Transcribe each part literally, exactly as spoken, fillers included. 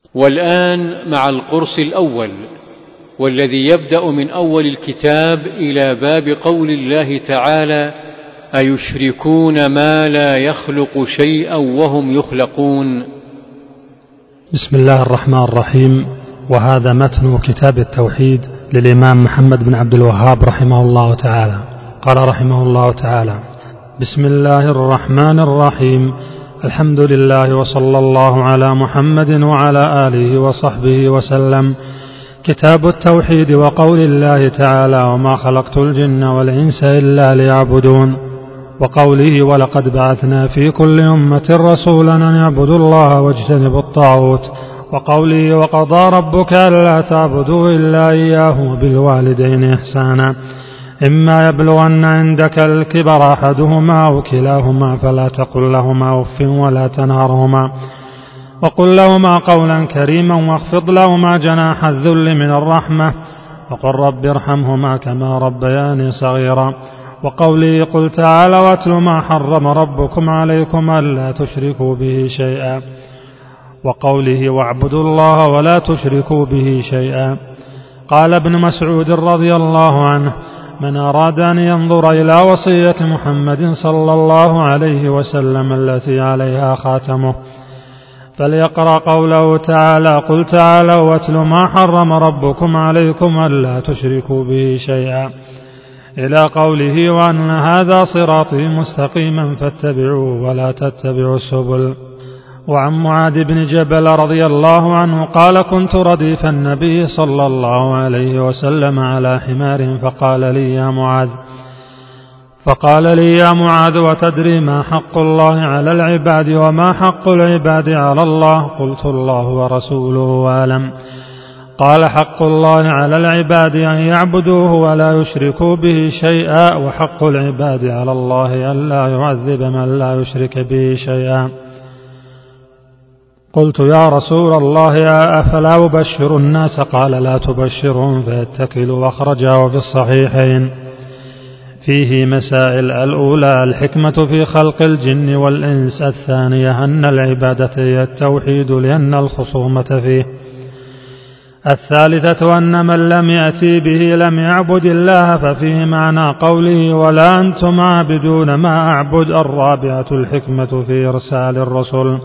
والآن مع القرص الأول، والذي يبدأ من أول الكتاب إلى باب قول الله تعالى: أيشركون ما لا يخلق شيئا وهم يخلقون. بسم الله الرحمن الرحيم. وهذا متن كتاب التوحيد للإمام محمد بن عبد الوهاب رحمه الله تعالى. قال رحمه الله تعالى: بسم الله الرحمن الرحيم. الحمد لله وصلى الله على محمد وعلى آله وصحبه وسلم. كتاب التوحيد وقول الله تعالى: وما خلقت الجن والإنس إلا ليعبدون. وقوله: ولقد بعثنا في كل أمة رسولا أن يعبدوا الله واجتنبوا الطاغوت. وقوله: وقضى ربك ألا تعبدوا إلا إياه وبالوالدين إحسانا إما يبلغن عندك الكبر أحدهما أو كلاهما فلا تقل لهما أف ولا تنهرهما وقل لهما قولا كريما واخفض لهما جناح الذل من الرحمة وقل رب ارحمهما كما ربياني صغيرا. وقوله: قل تعالى واتل ما حرم ربكم عليكم ألا تشركوا به شيئا. وقوله: واعبدوا الله ولا تشركوا به شيئا. قال ابن مسعود رضي الله عنه: من أراد أن ينظر إلى وصية محمد صلى الله عليه وسلم التي عليها خاتمه فليقرأ قوله تعالى: قل تعالوا واتل ما حرم ربكم عليكم ألا تشركوا به شيئا، إلى قوله: وأن هذا صراطي مستقيما فاتبعوه ولا تتبعوا السبل. وعن معاذ بن جبل رضي الله عنه قال: كنت رديف النبي صلى الله عليه وسلم على حمار فقال لي يا معاذ فقال لي يا معاذ وتدري ما حق الله على العباد وما حق العباد على الله؟ قلت: الله ورسوله أعلم. قال: حق الله على العباد أن يعبدوه ولا يشركوا به شيئا، وحق العباد على الله أن لا يعذب من لا يشرك به شيئا. قلت: يا رسول الله أفلا أبشر الناس؟ قال: لا تبشرهم فيتكلوا. أخرجه في الصحيحين. فيه مسائل: الأولى الحكمة في خلق الجن والإنس. الثانية أن العبادة هي التوحيد لأن الخصومة فيه. الثالثة أن من لم يأتي به لم يعبد الله، ففيه معنى قوله: ولا أنتم عابدون ما أعبد. الرابعة الحكمة في إرسال الرسل.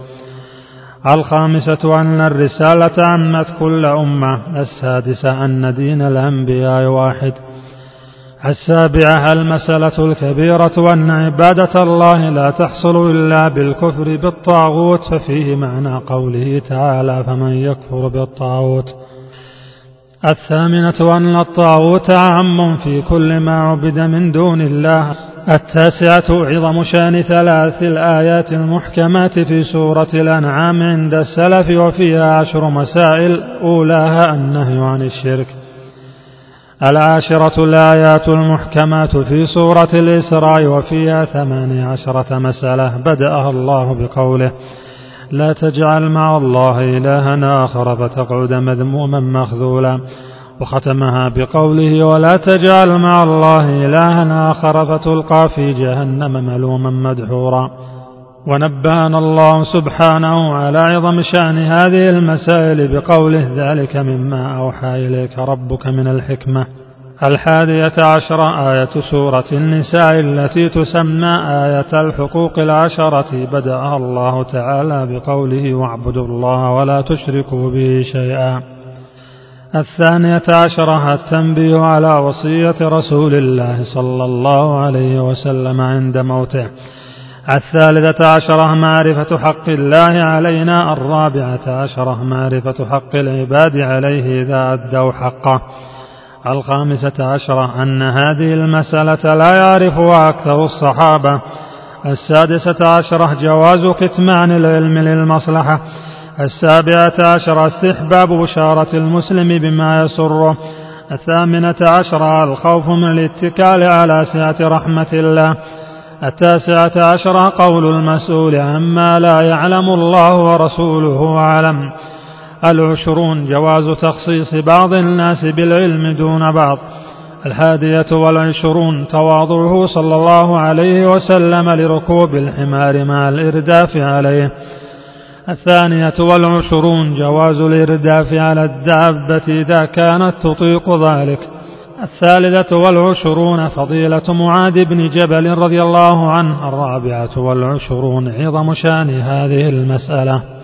الخامسة أن الرسالة عمت كل أمة. السادسة أن دين الأنبياء واحد. السابعة المسألة الكبيرة أن عبادة الله لا تحصل إلا بالكفر بالطاغوت، ففيه معنى قوله تعالى: فمن يكفر بالطاغوت. الثامنة أن الطاغوت عام في كل ما عبد من دون الله. التاسعة عظم شأن ثلاث الآيات المحكمات في سورة الأنعام عند السلف، وفيها عشر مسائل. أولاها النهي عن الشرك. العاشرة الآيات المحكمات في سورة الإسراء، وفيها ثمانية عشرة مسألة. بدأها الله بقوله: لا تجعل مع الله إلها آخر فتقعد مذموما مخذولا. وختمها بقوله: ولا تجعل مع الله إلها آخر فتلقى في جهنم ملوما مدحورا. ونبهنا الله سبحانه على عظم شأن هذه المسائل بقوله: ذلك مما أوحى إليك ربك من الحكمة. الحادية عشرة آية سورة النساء التي تسمى آية الحقوق العشرة. بدأها الله تعالى بقوله: واعبدوا الله ولا تشركوا به شيئا. الثانية عشرة التنبيه على وصية رسول الله صلى الله عليه وسلم عند موته. الثالثة عشرة معرفة حق الله علينا. الرابعة عشرة معرفة حق العباد عليه إذا أدوا حقه. الخامسة عشرة أن هذه المسألة لا يعرفها أكثر الصحابة. السادسة عشرة جواز كتمان العلم للمصلحة. السابعة عشرة استحباب بشارة المسلم بما يسره. الثامنة عشرة الخوف من الاتكال على سعة رحمة الله. التاسعة عشرة قول المسؤول عما لا يعلم الله ورسوله أعلم. العشرون جواز تخصيص بعض الناس بالعلم دون بعض. الحادية والعشرون تواضعه صلى الله عليه وسلم لركوب الحمار مع الإرداف عليه. الثانية والعشرون جواز الإرداف على الدابة إذا كانت تطيق ذلك. الثالثة والعشرون فضيلة معاذ بن جبل رضي الله عنه. الرابعة والعشرون عظم شان هذه المسألة.